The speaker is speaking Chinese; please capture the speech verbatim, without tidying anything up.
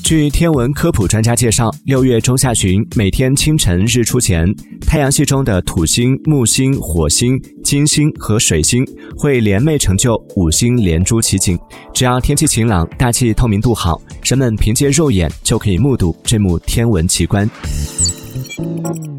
据天文科普专家介绍，六月中下旬每天清晨日出前，太阳系中的土星、木星、火星、金星和水星会联袂成就五星连珠奇景。只要天气晴朗，大气透明度好，人们凭借肉眼就可以目睹这幕天文奇观。